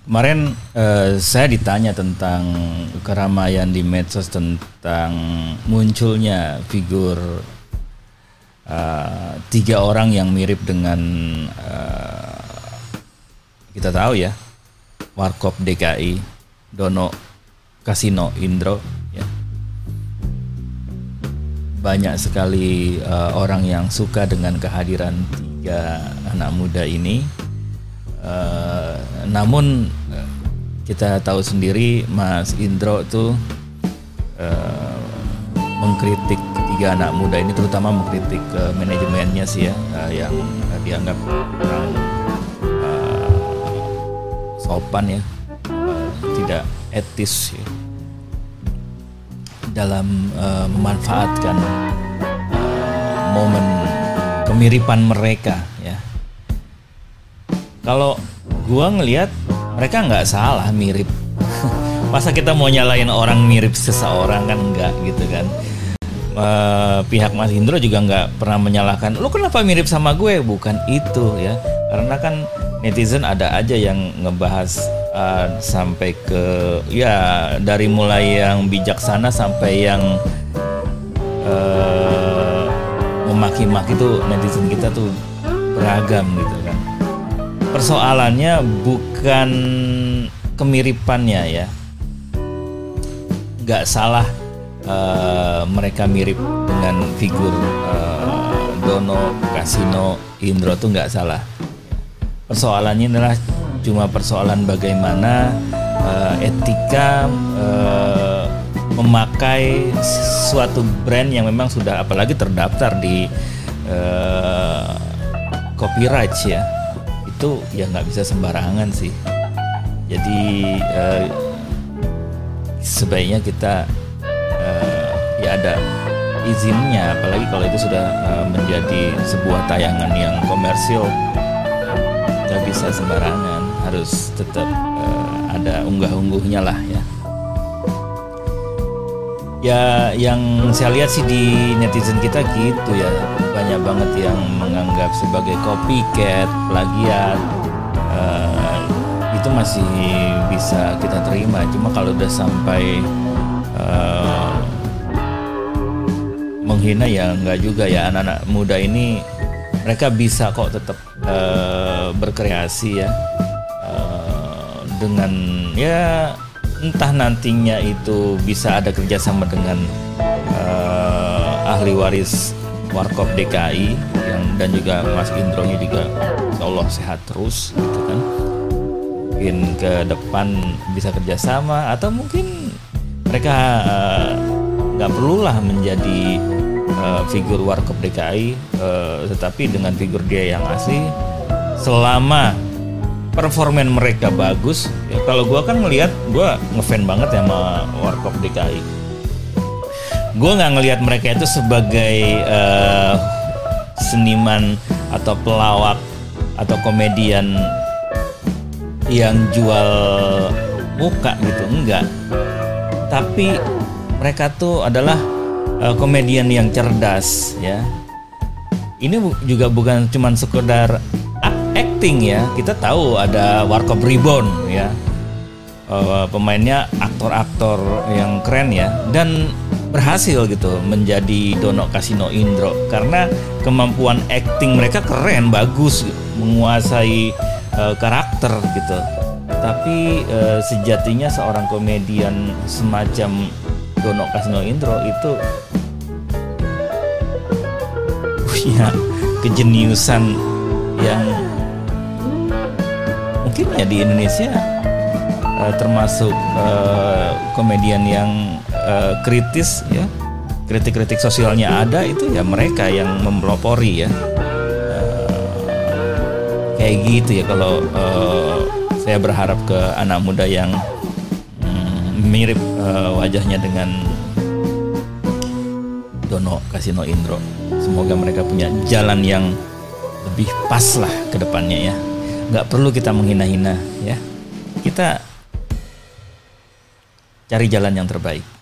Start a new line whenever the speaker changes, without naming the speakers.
Kemarin saya ditanya tentang keramaian di medsos tentang munculnya figur 3 orang yang mirip dengan kita tahu ya, Warkop DKI, Dono Kasino Indro ya. Banyak sekali orang yang suka dengan kehadiran 3 anak muda ini. Namun kita tahu sendiri Mas Indro tuh mengkritik 3 anak muda ini, terutama mengkritik manajemennya sih ya, yang dianggap kurang sopan ya, tidak etis ya, dalam memanfaatkan momen kemiripan mereka ya. Kalau gua ngelihat mereka nggak salah mirip. Masa kita mau nyalain orang mirip seseorang, kan enggak gitu kan. Pihak Mas Indro juga nggak pernah menyalahkan, lu kenapa mirip sama gue, bukan itu ya. Karena kan netizen ada aja yang ngebahas sampai ke ya, dari mulai yang bijaksana sampai yang memaki-maki tuh, netizen kita tuh beragam gitu kan. Persoalannya bukan kemiripannya ya, nggak salah mereka mirip dengan figur Dono Kasino Indro tuh nggak salah. Persoalannya adalah cuma persoalan bagaimana etika memakai suatu brand yang memang sudah apalagi terdaftar di copyright ya. Itu ya nggak bisa sembarangan sih. Jadi sebaiknya kita ya ada izinnya, apalagi kalau itu sudah menjadi sebuah tayangan yang komersil, nggak bisa sembarangan, harus tetap ada unggah-ungguhnya lah ya. Ya yang saya lihat sih di netizen kita gitu ya, banyak banget yang menganggap sebagai copycat, plagiat, itu masih bisa kita terima. Cuma kalau udah sampai menghina ya enggak juga ya. Anak-anak muda ini mereka bisa kok tetap berkreasi ya, dengan ya entah nantinya itu bisa ada kerjasama dengan ahli waris Warkop DKI dan juga Mas Indro-nya juga insya Allah sehat terus gitu kan. Mungkin ke depan bisa kerjasama, atau mungkin mereka nggak perlulah menjadi figur Warkop DKI, tetapi dengan figur dia yang asli, selama performan mereka bagus ya. Kalau gue kan ngelihat, gue ngefan banget ya sama Warkop DKI. Gue nggak ngelihat mereka itu sebagai seniman atau pelawak atau komedian yang jual muka gitu, enggak. Tapi mereka tuh adalah komedian yang cerdas ya. Ini juga bukan cuman sekedar acting ya. Kita tahu ada Warkop Reborn ya, pemainnya aktor-aktor yang keren ya, dan berhasil gitu menjadi Dono Kasino Indro karena kemampuan acting mereka keren, bagus, menguasai karakter gitu. Tapi sejatinya seorang komedian semacam Dono Kasino Indro itu punya kejeniusan yang mungkin ya di Indonesia termasuk komedian yang kritis ya, kritik-kritik sosialnya ada, itu ya mereka yang mempelopori ya. Kayak gitu ya. Kalau saya berharap ke anak muda yang mirip wajahnya dengan Dono Kasino Indro, semoga mereka punya jalan yang lebih pas lah ke depannya ya. Nggak perlu kita menghina-hina ya, kita cari jalan yang terbaik.